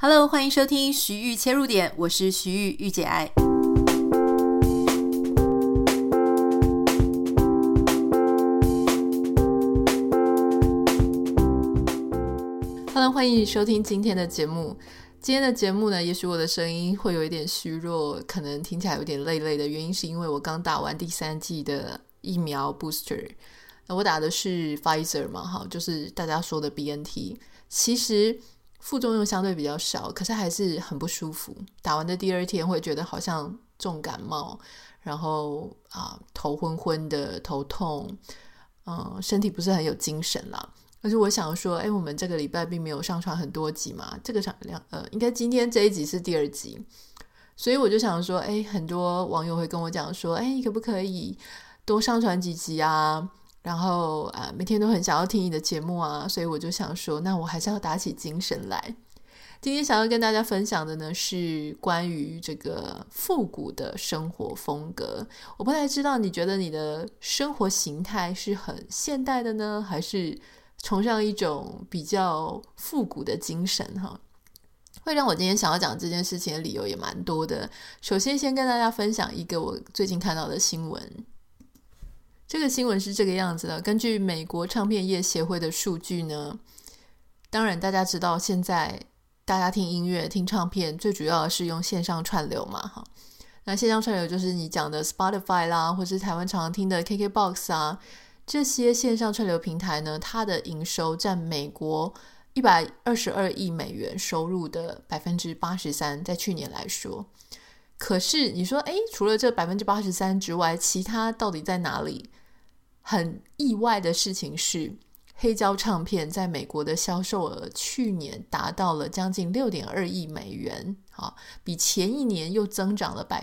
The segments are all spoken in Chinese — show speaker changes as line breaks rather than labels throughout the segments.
Hello， 欢迎收听徐玉切入点，我是徐玉玉姐爱。Hello， 欢迎收听今天的节目。今天的节目呢，也许我的声音会有一点虚弱，可能听起来有点累累的，原因是因为我刚打完第3剂的疫苗 booster。我打的是 Pfizer 嘛，就是大家说的 BNT。其实副作用相对比较少，可是还是很不舒服。打完的第2天会觉得好像重感冒，然后头昏昏的，头痛，身体不是很有精神啦。可是我想说，我们这个礼拜并没有上传很多集嘛，这个应该今天这一集是第2集，所以我就想说，很多网友会跟我讲说，可不可以多上传几集啊？然后每天都很想要听你的节目啊，所以我就想说，那我还是要打起精神来。今天想要跟大家分享的呢，是关于这个复古的生活风格。我不太知道你觉得你的生活形态是很现代的呢，还是崇尚一种比较复古的精神哈？会让我今天想要讲这件事情的理由也蛮多的。首先先跟大家分享一个我最近看到的新闻。这个新闻是这个样子的，根据美国唱片业协会的数据呢，当然大家知道现在大家听音乐听唱片最主要的是用线上串流嘛，那线上串流就是你讲的 Spotify 啦，或是台湾常听的 KKBOX 啊，这些线上串流平台呢，它的营收占美国122亿美元收入的 83%， 在去年来说。可是你说除了这 83% 之外，其他到底在哪里？很意外的事情是，黑胶唱片在美国的销售额去年达到了将近 6.2 亿美元，比前一年又增长了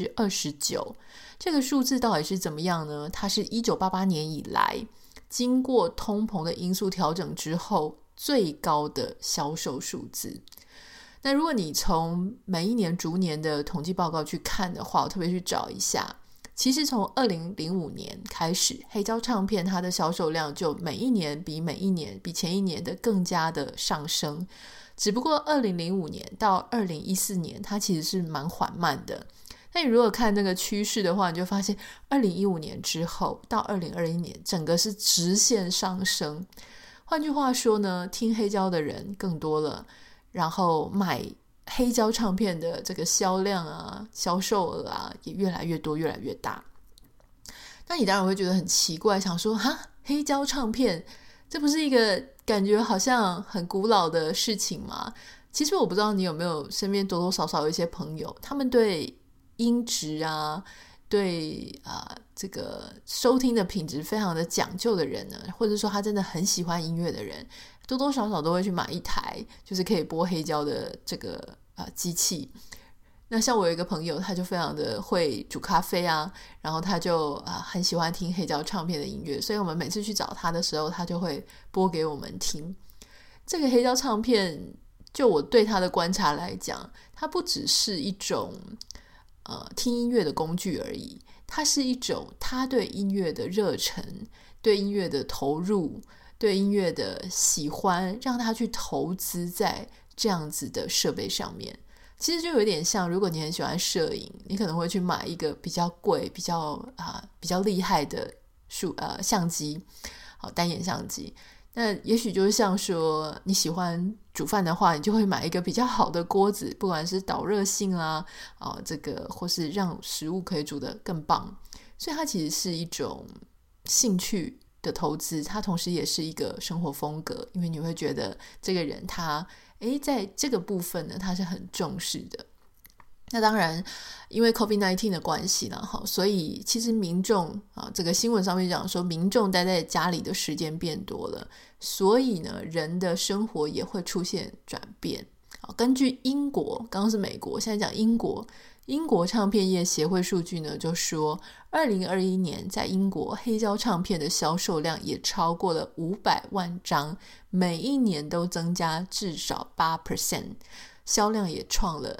29%。 这个数字到底是怎么样呢？它是1988年以来经过通膨的因素调整之后最高的销售数字。那如果你从每一年逐年的统计报告去看的话，我特别去找一下，其实从2005年开始，黑胶唱片它的销售量就每一年比前一年的更加的上升，只不过2005年到2014年它其实是蛮缓慢的。那你如果看那个趋势的话，你就发现2015年之后到2021年整个是直线上升。换句话说呢，听黑胶的人更多了，然后买黑胶唱片的这个销量啊、销售额啊也越来越多、越来越大。那你当然会觉得很奇怪，想说黑胶唱片这不是一个感觉好像很古老的事情吗？其实我不知道你有没有身边多多少少有一些朋友，他们对音质啊、对这个收听的品质非常的讲究的人呢，或者说他真的很喜欢音乐的人，多多少少都会去买一台就是可以播黑胶的这个机器。那像我有一个朋友，他就非常的会煮咖啡啊，然后他就很喜欢听黑胶唱片的音乐，所以我们每次去找他的时候，他就会播给我们听。这个黑胶唱片就我对他的观察来讲，它不只是一种听音乐的工具而已，它是一种他对音乐的热忱，对音乐的投入，对音乐的喜欢，让他去投资在这样子的设备上面。其实就有点像，如果你很喜欢摄影，你可能会去买一个比较贵、比较厉害的相机，单眼相机。那也许就是像说你喜欢煮饭的话，你就会买一个比较好的锅子，不管是导热性啦，这个或是让食物可以煮得更棒。所以它其实是一种兴趣的投资，它同时也是一个生活风格，因为你会觉得这个人他在这个部分呢，他是很重视的。那当然因为 COVID-19 的关系啦，所以其实民众这个新闻上面讲说民众待在家里的时间变多了，所以呢人的生活也会出现转变。根据英国，刚刚是美国，现在讲英国唱片业协会数据呢，就说2021年在英国黑胶唱片的销售量也超过了500万张，每一年都增加至少 8%， 销量也创了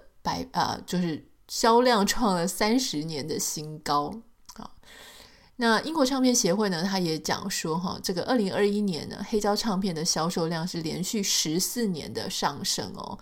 30年的新高。那英国唱片协会呢，他也讲说这个2021年呢，黑胶唱片的销售量是连续14年的上升哦。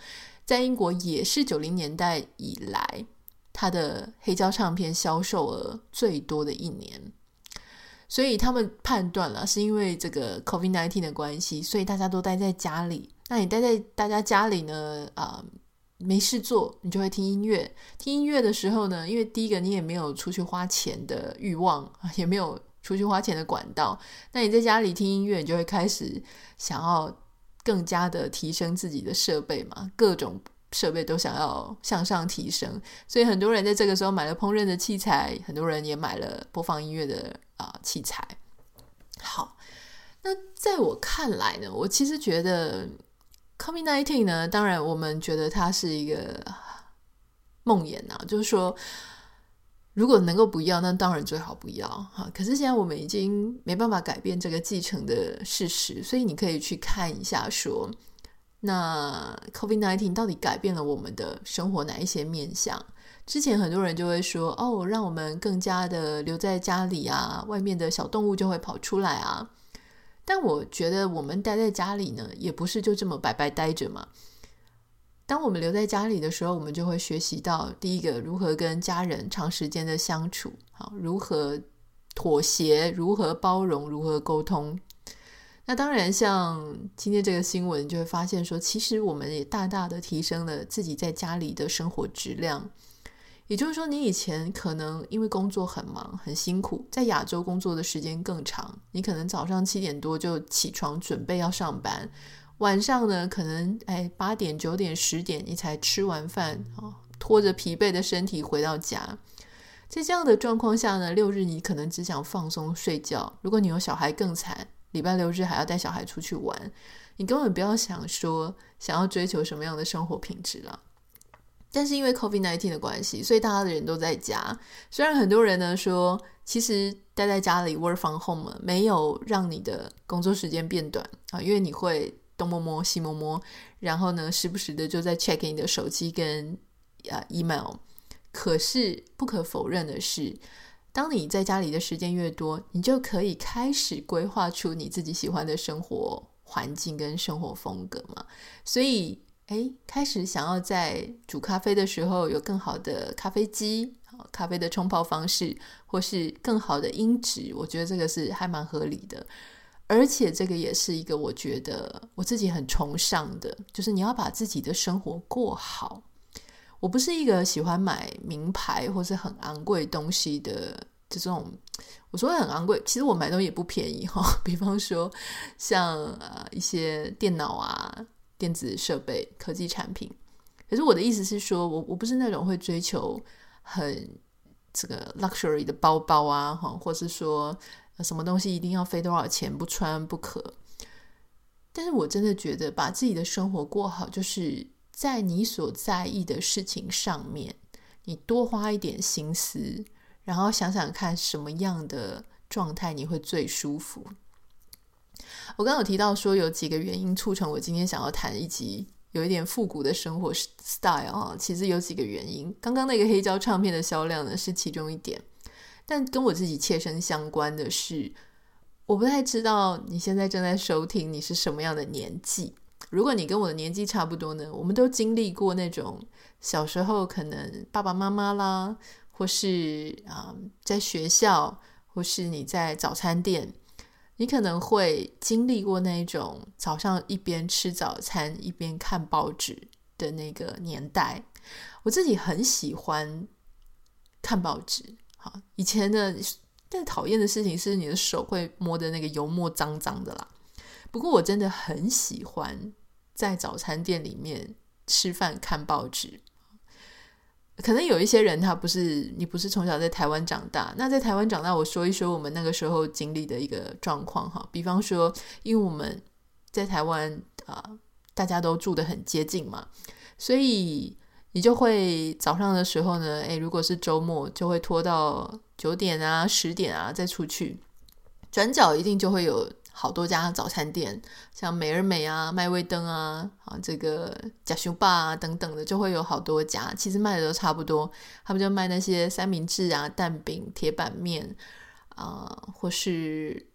在英国也是90年代以来它的黑胶唱片销售额最多的一年。所以他们判断了是因为这个 COVID-19 的关系，所以大家都待在家里。那你待在大家家里呢，没事做，你就会听音乐。听音乐的时候呢，因为第一个你也没有出去花钱的欲望，也没有出去花钱的管道，那你在家里听音乐，你就会开始想要更加的提升自己的设备嘛，各种设备都想要向上提升，所以很多人在这个时候买了烹饪的器材，很多人也买了播放音乐的器材。好，那在我看来呢，我其实觉得 COVID-19 呢，当然我们觉得它是一个梦魇啊，就是说如果能够不要，那当然最好不要。可是现在我们已经没办法改变这个继承的事实，所以你可以去看一下说，那 COVID-19 到底改变了我们的生活哪一些面向。之前很多人就会说，让我们更加的留在家里啊，外面的小动物就会跑出来啊。但我觉得我们待在家里呢，也不是就这么白白待着嘛。当我们留在家里的时候，我们就会学习到第一个，如何跟家人长时间的相处，如何妥协，如何包容，如何沟通。那当然像今天这个新闻就会发现说，其实我们也大大的提升了自己在家里的生活质量。也就是说，你以前可能因为工作很忙很辛苦，在亚洲工作的时间更长，你可能早上7点多就起床准备要上班，晚上呢可能8点9点10点你才吃完饭，拖着疲惫的身体回到家。在这样的状况下呢，6日你可能只想放松睡觉，如果你有小孩更惨，礼拜6日还要带小孩出去玩，你根本不要想说想要追求什么样的生活品质了。但是因为 COVID-19 的关系，所以大家的人都在家。虽然很多人呢说，其实待在家里 work from home 没有让你的工作时间变短因为你会东摸摸西摸摸，然后呢时不时的就在 check 你的手机跟email。可是不可否认的是，当你在家里的时间越多，你就可以开始规划出你自己喜欢的生活环境跟生活风格嘛。所以开始想要在煮咖啡的时候有更好的咖啡机，咖啡的冲泡方式，或是更好的音质，我觉得这个是还蛮合理的。而且这个也是一个我觉得我自己很崇尚的，就是你要把自己的生活过好。我不是一个喜欢买名牌或是很昂贵东西的这种，我说很昂贵，其实我买东西也不便宜比方说像一些电脑啊、电子设备、科技产品。可是我的意思是说，我不是那种会追求很这个 luxury 的包包啊，或是说什么东西一定要费多少钱不穿不可。但是我真的觉得把自己的生活过好，就是在你所在意的事情上面，你多花一点心思，然后想想看什么样的状态你会最舒服。我刚刚有提到说有几个原因促成我今天想要谈一集有一点复古的生活 style 其实有几个原因。刚刚那个黑胶唱片的销量呢是其中一点，但跟我自己切身相关的是，我不太知道你现在正在收听你是什么样的年纪。如果你跟我的年纪差不多呢，我们都经历过那种小时候可能爸爸妈妈啦，或是在学校，或是你在早餐店，你可能会经历过那种早上一边吃早餐一边看报纸的那个年代。我自己很喜欢看报纸。以前呢，但讨厌的事情是你的手会摸的那个油墨脏脏的啦。不过我真的很喜欢在早餐店里面吃饭看报纸。可能有一些人你不是从小在台湾长大，那在台湾长大，我说一说我们那个时候经历的一个状况比方说，因为我们在台湾大家都住得很接近嘛，所以你就会早上的时候呢如果是周末就会拖到9点啊10点啊再出去，转角一定就会有好多家早餐店，像美而美啊、麦味登啊、这个假修霸啊等等的，就会有好多家，其实卖的都差不多。他们就卖那些三明治啊、蛋饼、铁板面或是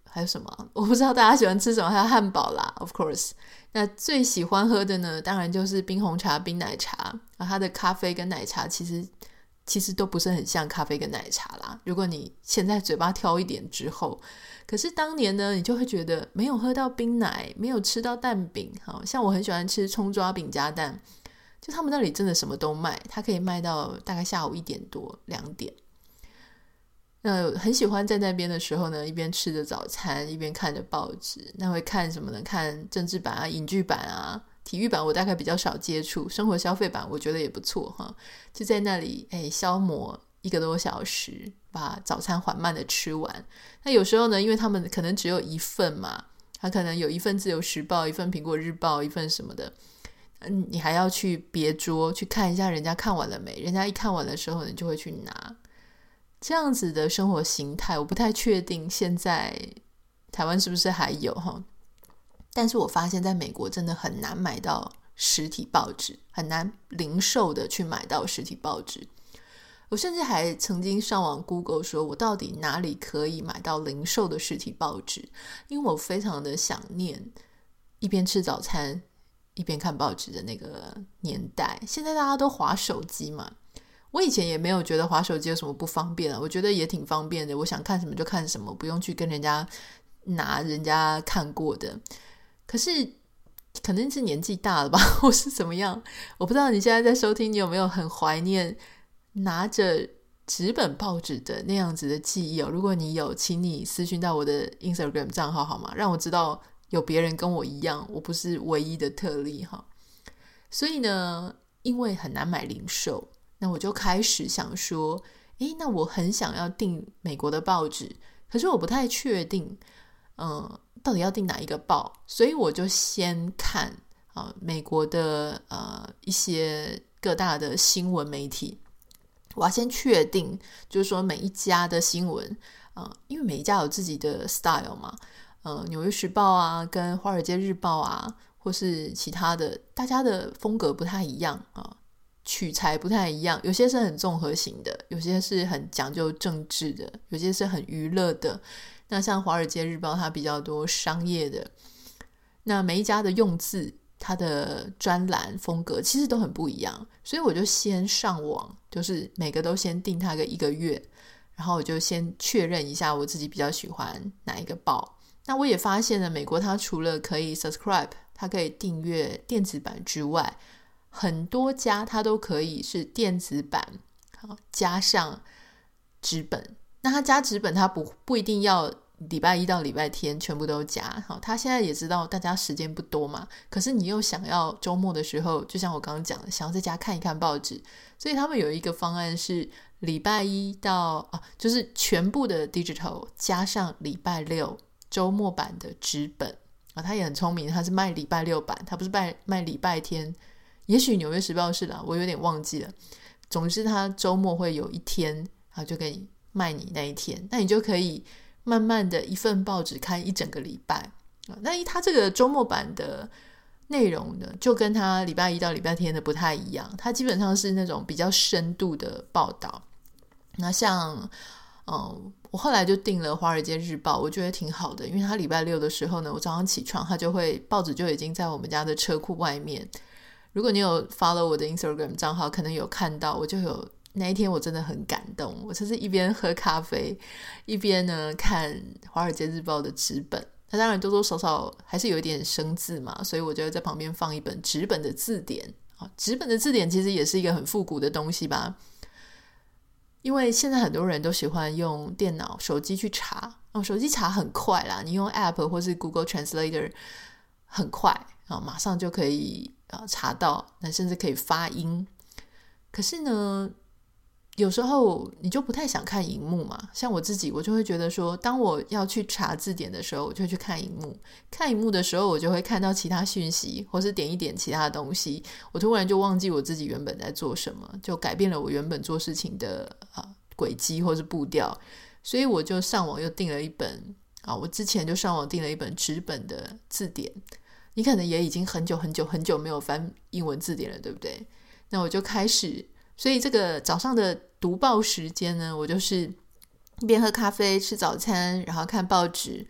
还有什么我不知道大家喜欢吃什么，还有汉堡啦 of course。 那最喜欢喝的呢，当然就是冰红茶、冰奶茶它的咖啡跟奶茶其实都不是很像咖啡跟奶茶啦，如果你现在嘴巴挑一点之后。可是当年呢，你就会觉得没有喝到冰奶，没有吃到蛋饼，像我很喜欢吃葱抓饼加蛋，就他们那里真的什么都卖，它可以卖到大概下午1点多2点。很喜欢在那边的时候呢，一边吃着早餐一边看着报纸。那会看什么呢？看政治版啊、影剧版啊、体育版我大概比较少接触，生活消费版我觉得也不错哈。就在那里消磨1个多小时，把早餐缓慢的吃完。那有时候呢，因为他们可能只有1份嘛，他可能有1份自由时报，1份苹果日报，1份什么的，你还要去别桌去看一下人家看完了没，人家一看完的时候你就会去拿。这样子的生活形态我不太确定现在台湾是不是还有哈，但是我发现在美国真的很难买到实体报纸，很难零售的去买到实体报纸。我甚至还曾经上网 Google 说我到底哪里可以买到零售的实体报纸，因为我非常的想念一边吃早餐一边看报纸的那个年代。现在大家都滑手机嘛，我以前也没有觉得滑手机有什么不方便啊，我觉得也挺方便的，我想看什么就看什么，不用去跟人家拿人家看过的。可是可能是年纪大了吧或是怎么样，我不知道你现在在收听，你有没有很怀念拿着纸本报纸的那样子的记忆如果你有，请你私讯到我的 Instagram 账号好吗？让我知道有别人跟我一样，我不是唯一的特例哈。所以呢，因为很难买零售，那我就开始想说那我很想要订美国的报纸，可是我不太确定到底要订哪一个报，所以我就先看美国的一些各大的新闻媒体，我要先确定就是说每一家的新闻因为每一家有自己的 style 嘛，纽约时报啊跟华尔街日报啊或是其他的，大家的风格不太一样取材不太一样，有些是很综合型的，有些是很讲究政治的，有些是很娱乐的。那像华尔街日报它比较多商业的，那每一家的用字它的专栏风格其实都很不一样，所以我就先上网，就是每个都先订它个1个月，然后我就先确认一下我自己比较喜欢哪一个报。那我也发现了美国它除了可以 subscribe 它可以订阅电子版之外，很多家它都可以是电子版加上纸本。那它加纸本它不一定要礼拜一到礼拜天全部都加，他现在也知道大家时间不多嘛，可是你又想要周末的时候，就像我刚刚讲的，想要在家看一看报纸，所以他们有一个方案是礼拜一到就是全部的 digital 加上礼拜六周末版的纸本他也很聪明，他是卖礼拜六版，他不是卖礼拜天，也许纽约时报是啦，我有点忘记了。总之他周末会有一天就给你卖你那一天，那你就可以慢慢的一份报纸看一整个礼拜。那他这个周末版的内容呢，就跟他礼拜一到礼拜天的不太一样，他基本上是那种比较深度的报道。那像我后来就订了华尔街日报，我觉得挺好的，因为他礼拜六的时候呢，我早上起床他就会报纸就已经在我们家的车库外面。如果你有 follow 我的 Instagram 账号，可能有看到，我就有那一天我真的很感动，我就是一边喝咖啡一边呢看华尔街日报的纸本。那当然多多少少还是有一点生字嘛，所以我就在旁边放一本纸本的字典。纸本的字典其实也是一个很复古的东西吧，因为现在很多人都喜欢用电脑手机去查手机查很快啦，你用 App 或是 Google Translator 很快马上就可以查到，那甚至可以发音。可是呢有时候你就不太想看荧幕嘛，像我自己我就会觉得说，当我要去查字典的时候我就会去看荧幕，看荧幕的时候我就会看到其他讯息或是点一点其他的东西，我突然就忘记我自己原本在做什么，就改变了我原本做事情的轨迹或是步调。所以我就上网又订了一本我之前就上网订了一本纸本的字典，你可能也已经很久很久很久没有翻英文字典了，对不对？那我就开始，所以这个早上的读报时间呢，我就是一边喝咖啡吃早餐然后看报纸，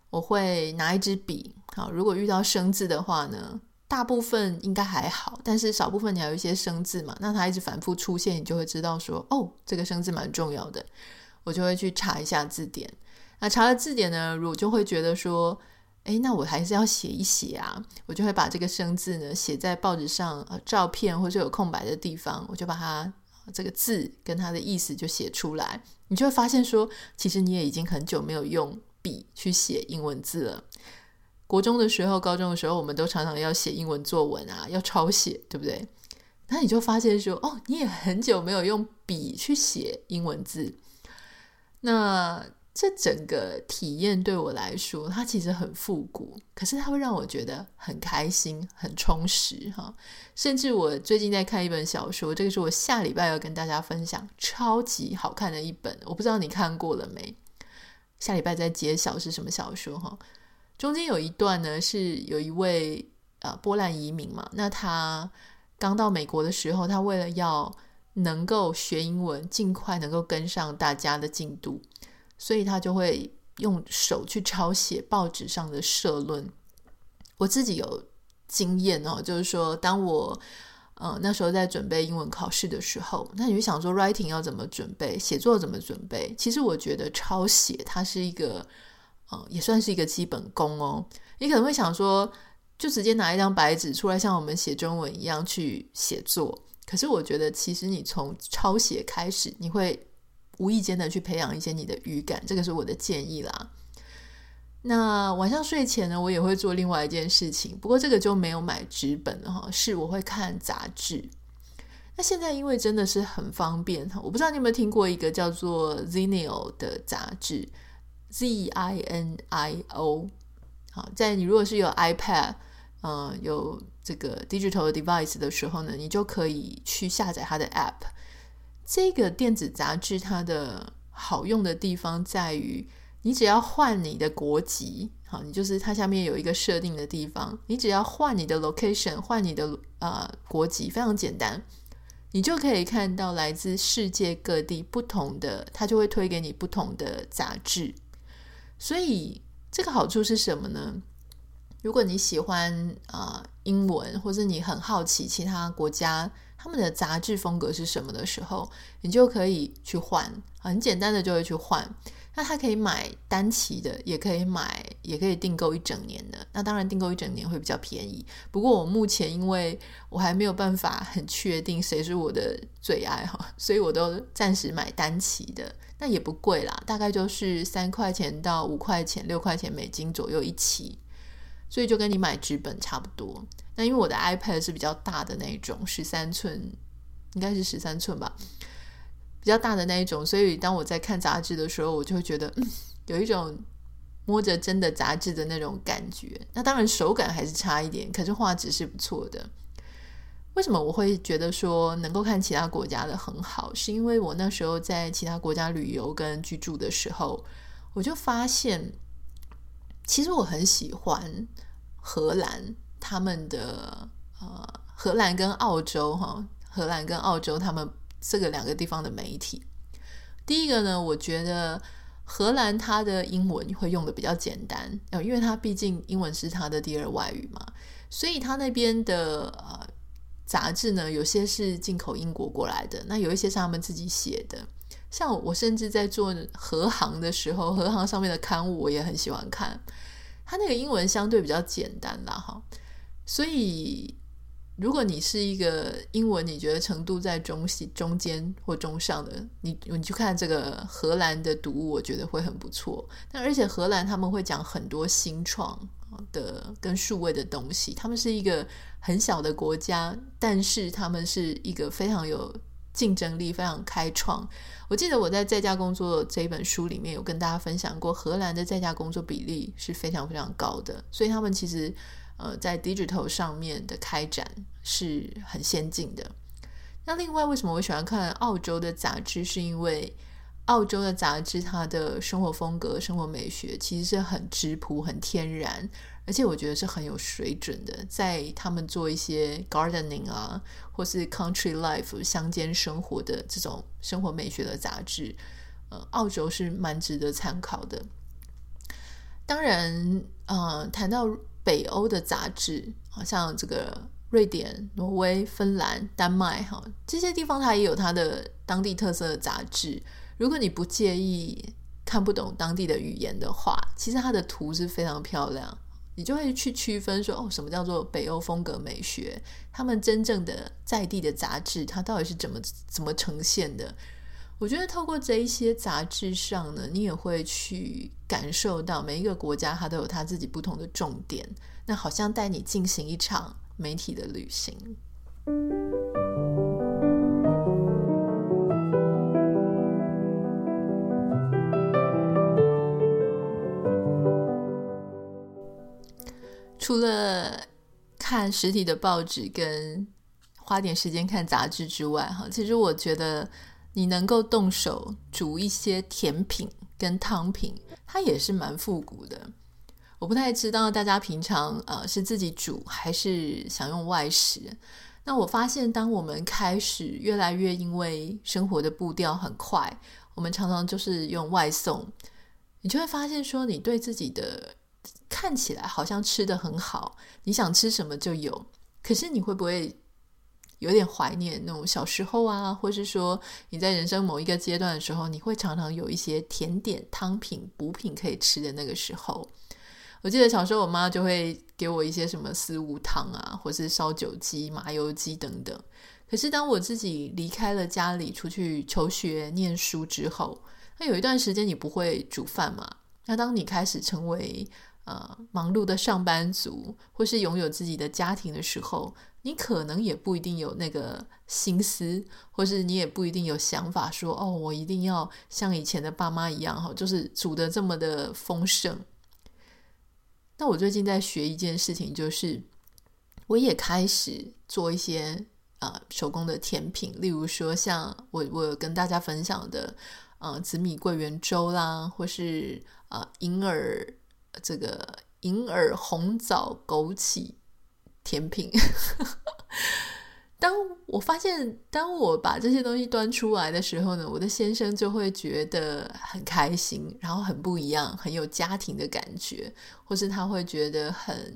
我会拿一支笔，好，如果遇到生字的话呢，大部分应该还好，但是少部分你还有一些生字嘛，那它一直反复出现，你就会知道说这个生字蛮重要的，我就会去查一下字典。那查了字典呢，我就会觉得说那我还是要写一写啊，我就会把这个生字呢写在报纸上，照片或者有空白的地方，我就把它这个字跟它的意思就写出来。你就会发现说，其实你也已经很久没有用笔去写英文字了。国中的时候高中的时候，我们都常常要写英文作文啊，要抄写，对不对？那你就发现说你也很久没有用笔去写英文字。那这整个体验对我来说，它其实很复古，可是它会让我觉得很开心很充实哈。甚至我最近在看一本小说，这个是我下礼拜要跟大家分享，超级好看的一本，我不知道你看过了没，下礼拜再揭晓是什么小说哈。中间有一段呢，是有一位波兰移民嘛，那他刚到美国的时候，他为了要能够学英文，尽快能够跟上大家的进度，所以他就会用手去抄写报纸上的社论。我自己有经验就是说当我那时候在准备英文考试的时候，那你就想说 writing 要怎么准备，写作怎么准备。其实我觉得抄写它是一个也算是一个基本功你可能会想说就直接拿一张白纸出来像我们写中文一样去写作，可是我觉得其实你从抄写开始，你会无意间的去培养一些你的语感，这个是我的建议啦。那晚上睡前呢，我也会做另外一件事情，不过这个就没有买纸本了是我会看杂志。那现在因为真的是很方便，我不知道你有没有听过一个叫做 Zinio 的杂志， ZINIO。 好，在你如果是有 iPad有这个 digital device 的时候呢，你就可以去下载它的 app。 这个电子杂志它的好用的地方在于，你只要换你的国籍，好，你就是它下面有一个设定的地方，你只要换你的 location， 换你的国籍，非常简单，你就可以看到来自世界各地不同的，它就会推给你不同的杂志。所以这个好处是什么呢？如果你喜欢英文，或是你很好奇其他国家他们的杂志风格是什么的时候，你就可以去换，很简单的就会去换。那它可以买单期的，也可以订购一整年的。那当然订购一整年会比较便宜，不过我目前因为我还没有办法很确定谁是我的最爱所以我都暂时买单期的。那也不贵啦，大概就是3块钱到5块钱6块钱美金左右一期，所以就跟你买纸本差不多。那因为我的 iPad 是比较大的那一种，13寸，应该是13寸吧，比较大的那一种，所以当我在看杂志的时候，我就会觉得有一种摸着真的杂志的那种感觉。那当然手感还是差一点，可是画质是不错的。为什么我会觉得说能够看其他国家的很好，是因为我那时候在其他国家旅游跟居住的时候，我就发现其实我很喜欢荷兰，他们的荷兰跟澳洲他们这个2个地方的媒体。第一个呢，我觉得荷兰它的英文会用的比较简单，因为它毕竟英文是它的第2外语嘛，所以它那边的杂志呢，有些是进口英国过来的，那有一些是他们自己写的。像我甚至在做荷行的时候，荷行上面的刊物我也很喜欢看，它那个英文相对比较简单啦所以如果你是一个英文你觉得程度在中间或中上的，你去看这个荷兰的读物，我觉得会很不错。那而且荷兰他们会讲很多新创的跟数位的东西，他们是一个很小的国家，但是他们是一个非常有竞争力，非常开创。我记得我在家工作这一本书里面有跟大家分享过，荷兰的在家工作比例是非常非常高的，所以他们其实在 digital 上面的开展是很先进的。那另外为什么我喜欢看澳洲的杂志，是因为澳洲的杂志它的生活风格生活美学其实是很质朴很天然，而且我觉得是很有水准的。在他们做一些 gardening 或是 country life 乡间生活的这种生活美学的杂志，澳洲是蛮值得参考的。 当然谈到北欧的杂志，好像这个瑞典、挪威、芬兰、丹麦这些地方它也有它的当地特色的杂志。如果你不介意看不懂当地的语言的话，其实它的图是非常漂亮，你就会去区分说什么叫做北欧风格美学，他们真正的在地的杂志它到底是怎么呈现的。我觉得透过这一些杂志上呢，你也会去感受到每一个国家它都有它自己不同的重点，那好像带你进行一场媒体的旅行。除了看实体的报纸跟花点时间看杂志之外，其实我觉得你能够动手煮一些甜品跟汤品，它也是蛮复古的。我不太知道大家平常是自己煮还是想用外食。那我发现当我们开始越来越因为生活的步调很快，我们常常就是用外送，你就会发现说你对自己的看起来好像吃得很好，你想吃什么就有，可是你会不会有点怀念那种小时候啊，或是说你在人生某一个阶段的时候，你会常常有一些甜点、汤品、补品可以吃的那个时候。我记得小时候我妈就会给我一些什么四物汤啊，或是烧酒鸡、麻油鸡等等。可是当我自己离开了家里出去求学念书之后，那有一段时间你不会煮饭嘛，那当你开始成为忙碌的上班族，或是拥有自己的家庭的时候，你可能也不一定有那个心思，或是你也不一定有想法说我一定要像以前的爸妈一样就是煮得这么的丰盛。那我最近在学一件事情，就是我也开始做一些手工的甜品，例如说像我有跟大家分享的紫米桂圆粥啦，或是银耳红枣枸杞甜品。当我发现当我把这些东西端出来的时候呢，我的先生就会觉得很开心，然后很不一样，很有家庭的感觉，或是他会觉得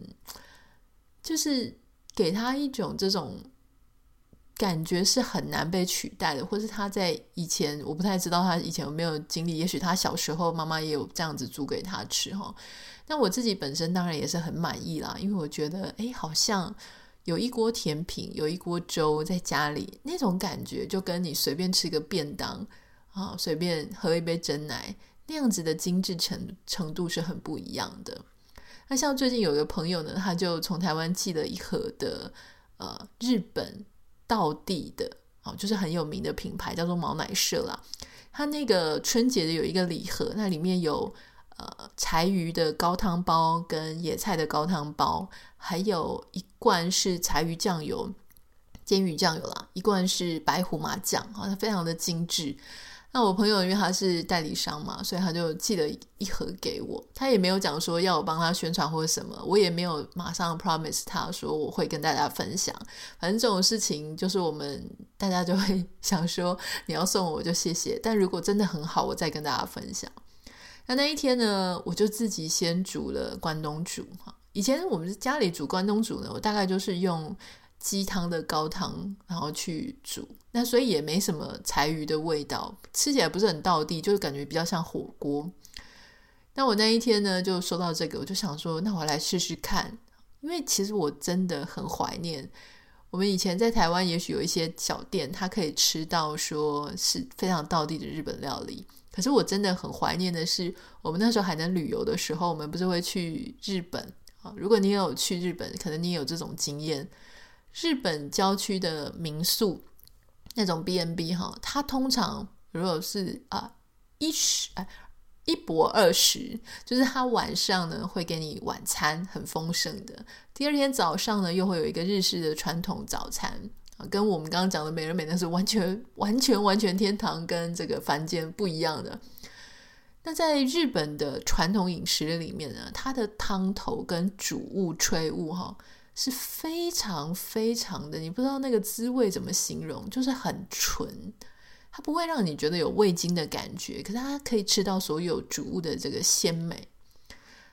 就是给他一种这种感觉是很难被取代的，或是他在以前，我不太知道他以前有没有经历，也许他小时候妈妈也有这样子煮给他吃那我自己本身当然也是很满意啦，因为我觉得好像有一锅甜品，有一锅粥在家里，那种感觉就跟你随便吃个便当随便喝一杯珍奶那样子的精致程度是很不一样的。那像最近有一个朋友呢，他就从台湾寄了一盒的日本道地的就是很有名的品牌叫做毛乃社啦。他那个春节的有一个礼盒，那里面有柴鱼的高汤包跟野菜的高汤包，还有一罐是柴鱼酱油煎鱼酱油啦，一罐是白胡麻酱它非常的精致。那我朋友因为他是代理商嘛，所以他就寄了一盒给我，他也没有讲说要我帮他宣传或者什么，我也没有马上 promise 他说我会跟大家分享。反正这种事情就是我们大家就会想说你要送我就谢谢，但如果真的很好我再跟大家分享。那一天呢，我就自己先煮了关东煮。以前我们家里煮关东煮呢，我大概就是用鸡汤的高汤然后去煮，那所以也没什么柴鱼的味道，吃起来不是很道地，就是感觉比较像火锅。那我那一天呢就收到这个，我就想说那我来试试看，因为其实我真的很怀念我们以前在台湾也许有一些小店它可以吃到说是非常道地的日本料理，可是我真的很怀念的是我们那时候还能旅游的时候，我们不是会去日本如果你有去日本可能你也有这种经验，日本郊区的民宿那种 B&B 它通常如果是一博20，就是他晚上呢会给你晚餐很丰盛的，第二天早上呢又会有一个日式的传统早餐跟我们刚刚讲的美人美那是完全天堂跟这个凡间不一样的。那在日本的传统饮食里面呢，它的汤头跟煮物炊物是非常非常的，你不知道那个滋味怎么形容，就是很纯，它不会让你觉得有味精的感觉，可是它可以吃到所有煮物的这个鲜美。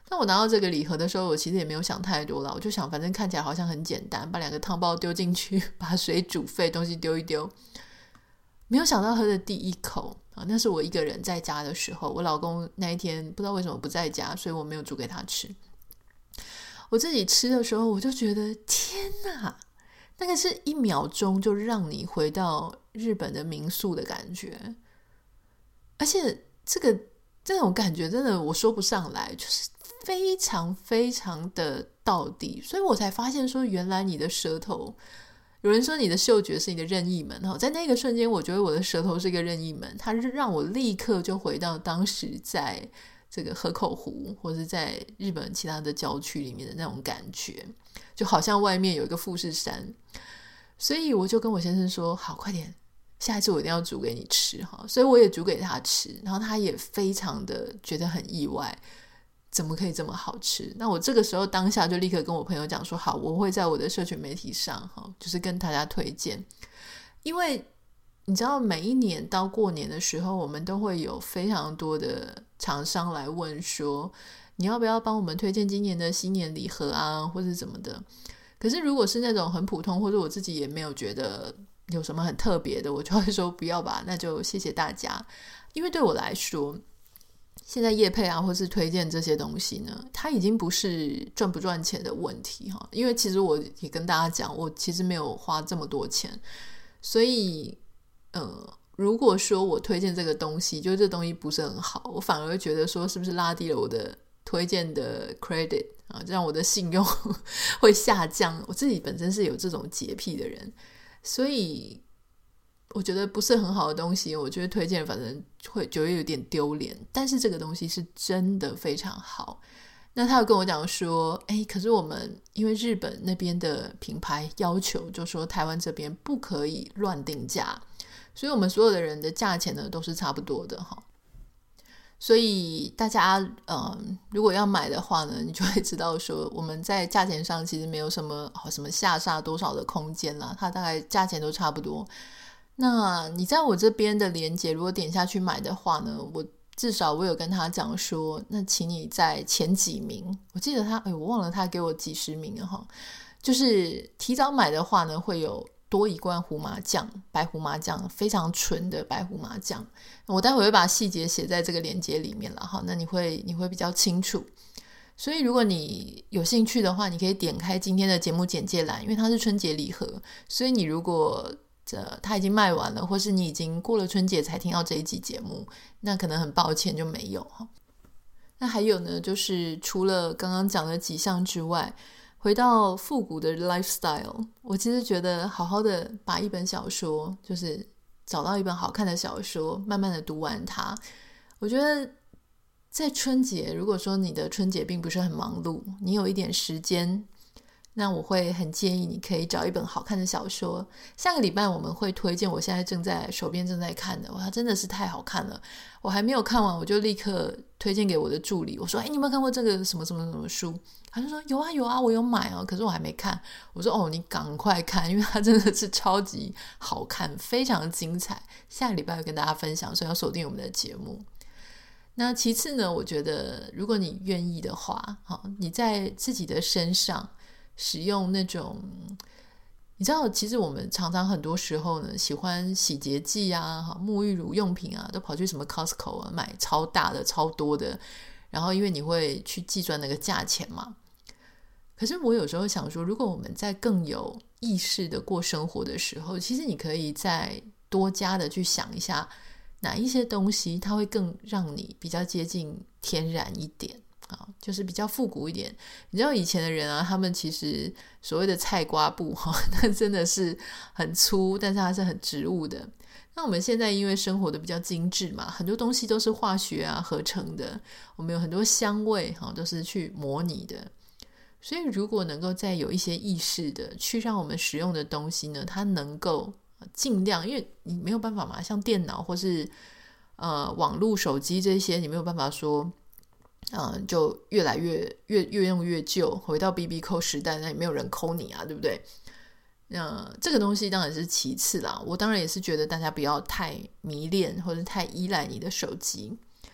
但我拿到这个礼盒的时候，我其实也没有想太多了，我就想反正看起来好像很简单，把2个汤包丢进去，把水煮沸，东西丢一丢。没有想到喝的第一口那是我一个人在家的时候，我老公那一天不知道为什么不在家，所以我没有煮给他吃。我自己吃的时候，我就觉得天哪，那个是1秒钟就让你回到日本的民宿的感觉，而且这种感觉真的我说不上来，就是非常非常的到底，所以我才发现说原来你的舌头，有人说你的嗅觉是你的任意门，在那个瞬间我觉得我的舌头是一个任意门，它让我立刻就回到当时在这个河口湖或者在日本其他的郊区里面的那种感觉，就好像外面有一个富士山。所以我就跟我先生说好，快点，下一次我一定要煮给你吃。所以我也煮给他吃，然后他也非常的觉得很意外，怎么可以这么好吃。那我这个时候当下就立刻跟我朋友讲说好，我会在我的社群媒体上就是跟大家推荐。因为你知道每一年到过年的时候，我们都会有非常多的厂商来问说你要不要帮我们推荐今年的新年礼盒啊，或者什么的。可是如果是那种很普通，或者我自己也没有觉得有什么很特别的，我就会说不要吧，那就谢谢大家。因为对我来说，现在业配啊或是推荐这些东西呢，它已经不是赚不赚钱的问题。因为其实我也跟大家讲，我其实没有花这么多钱，所以如果说我推荐这个东西，就这东西不是很好，我反而会觉得说是不是拉低了我的推荐的 credit这样我的信用会下降。我自己本身是有这种洁癖的人，所以我觉得不是很好的东西，我觉得推荐反正会觉得有点丢脸。但是这个东西是真的非常好。那他有跟我讲说可是我们因为日本那边的品牌要求，就说台湾这边不可以乱定价，所以我们所有的人的价钱呢都是差不多的所以大家如果要买的话呢，你就会知道说我们在价钱上其实没有什么下杀多少的空间啦，它大概价钱都差不多。那你在我这边的连结如果点下去买的话呢，至少我有跟他讲说，那请你在前几名，我记得他我忘了他给我几十名了就是提早买的话呢，会有多一罐胡麻酱，白胡麻酱，非常纯的白胡麻酱。我待会会把细节写在这个链接里面了那你会比较清楚。所以如果你有兴趣的话，你可以点开今天的节目简介栏，因为它是春节礼盒，所以你如果它已经卖完了，或是你已经过了春节才听到这一集节目，那可能很抱歉就没有那还有呢，就是除了刚刚讲的几项之外，回到复古的 lifestyle， 我其实觉得好好的把一本小说，就是找到一本好看的小说，慢慢的读完它。我觉得在春节，如果说你的春节并不是很忙碌，你有一点时间，那我会很建议你可以找一本好看的小说。下个礼拜我们会推荐我现在手边正在看的，它真的是太好看了，我还没有看完我就立刻推荐给我的助理，我说你有没有看过这个什么什么什么书？他就说有啊我有买可是我还没看。我说你赶快看，因为它真的是超级好看，非常精彩，下个礼拜会跟大家分享，所以要锁定我们的节目。那其次呢，我觉得如果你愿意的话你在自己的身上使用那种，你知道其实我们常常很多时候呢喜欢洗洁剂啊沐浴乳用品啊，都跑去什么 Costco 买超大的超多的，然后因为你会去计算那个价钱嘛。可是我有时候想说，如果我们在更有意识的过生活的时候，其实你可以再多加的去想一下哪一些东西它会更让你比较接近天然一点就是比较复古一点。你知道以前的人他们其实所谓的菜瓜布那真的是很粗，但是它是很植物的。那我们现在因为生活的比较精致嘛，很多东西都是化学合成的，我们有很多香味都是去模拟的。所以如果能够再有一些意识的去让我们使用的东西呢，它能够尽量，因为你没有办法嘛，像电脑或是网络手机这些，你没有办法说就越来越用越旧，回到 BB 扣时代，那也没有人扣你对不对？这个东西当然是其次啦，我当然也是觉得大家不要太迷恋或者太依赖你的手机。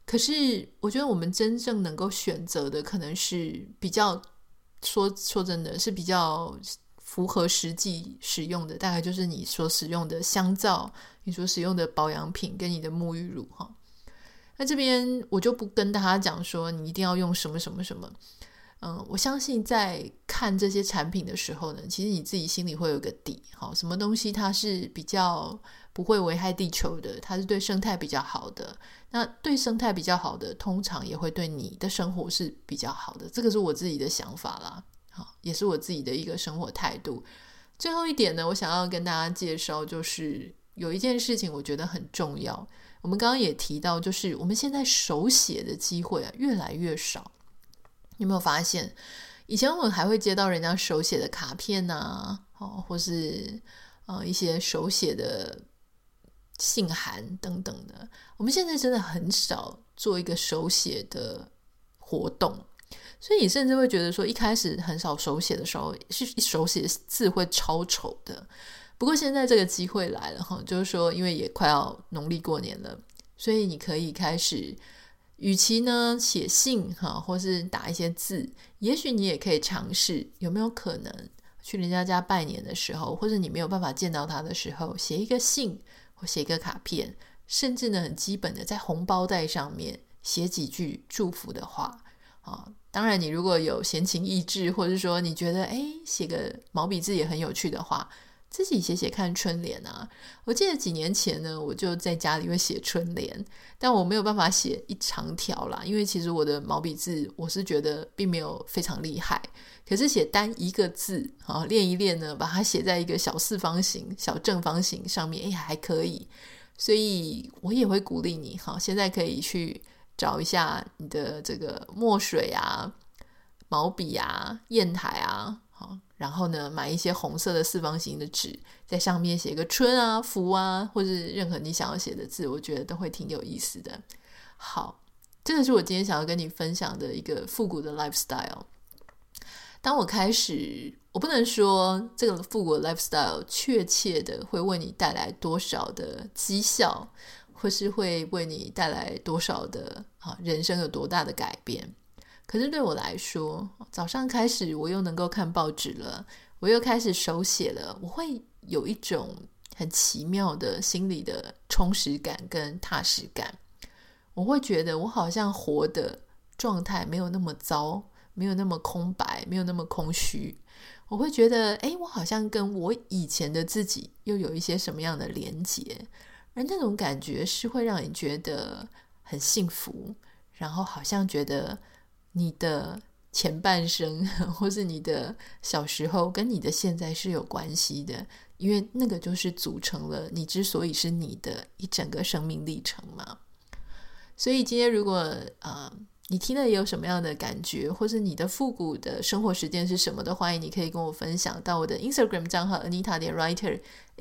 可是我觉得我们真正能够选择的可能是比较说真的是比较符合实际使用的，大概就是你所使用的香皂，你所使用的保养品跟你的沐浴乳哈。那这边我就不跟大家讲说你一定要用什么什么什么，我相信在看这些产品的时候呢，其实你自己心里会有个底，好，什么东西它是比较不会危害地球的，它是对生态比较好的，那对生态比较好的通常也会对你的生活是比较好的，这个是我自己的想法啦，好，也是我自己的一个生活态度。最后一点呢，我想要跟大家介绍，就是有一件事情我觉得很重要，我们刚刚也提到，就是我们现在手写的机会越来越少。你有没有发现以前我们还会接到人家手写的卡片啊，或是一些手写的信函等等的，我们现在真的很少做一个手写的活动，所以你甚至会觉得说一开始很少手写的时候，手写字会超丑的。不过现在这个机会来了，就是说因为也快要农历过年了，所以你可以开始与其呢写信或是打一些字，也许你也可以尝试有没有可能去人家家拜年的时候，或者你没有办法见到他的时候，写一个信或写一个卡片，甚至呢很基本的在红包袋上面写几句祝福的话。当然你如果有闲情逸致，或者说你觉得写个毛笔字也很有趣的话，自己写写看春联啊。我记得几年前呢，我就在家里会写春联，但我没有办法写一长条啦，因为其实我的毛笔字我是觉得并没有非常厉害，可是写单一个字练一练呢，把它写在一个小四方形小正方形上面还可以。所以我也会鼓励你现在可以去找一下你的这个墨水啊、毛笔啊、砚台啊，然后呢买一些红色的四方形的纸，在上面写个春啊、福啊，或是任何你想要写的字，我觉得都会挺有意思的。好，这个是我今天想要跟你分享的一个复古的 lifestyle。当我开始，我不能说这个复古的 lifestyle 确切的会为你带来多少的绩效，或是会为你带来多少的人生有多大的改变，可是对我来说，早上开始我又能够看报纸了，我又开始手写了，我会有一种很奇妙的心理的充实感跟踏实感。我会觉得我好像活的状态没有那么糟，没有那么空白，没有那么空虚。我会觉得我好像跟我以前的自己又有一些什么样的连结，而那种感觉是会让你觉得很幸福，然后好像觉得你的前半生或是你的小时候跟你的现在是有关系的，因为那个就是组成了你之所以是你的一整个生命历程嘛。所以今天如果你听了也有什么样的感觉，或是你的复古的生活实践是什么的，欢迎你可以跟我分享到我的 Instagram 账号 Anita.Writer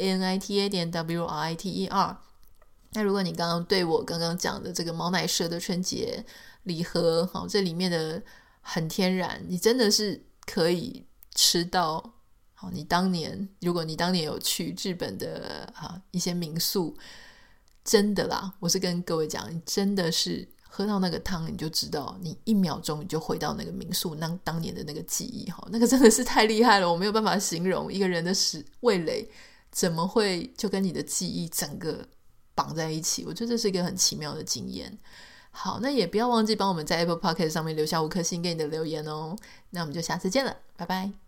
ANITA.WRITER。 那如果你刚刚对我刚刚讲的这个毛奶蛇的春节礼盒这里面的很天然，你真的是可以吃到如果你当年有去日本的一些民宿，真的啦，我是跟各位讲，你真的是喝到那个汤你就知道，你1秒钟你就回到那个民宿当年的那个记忆，那个真的是太厉害了，我没有办法形容一个人的味蕾怎么会就跟你的记忆整个绑在一起，我觉得这是一个很奇妙的经验。好，那也不要忘记帮我们在 Apple Podcast 上面留下5颗星给你的留言哦。那我们就下次见了，拜拜。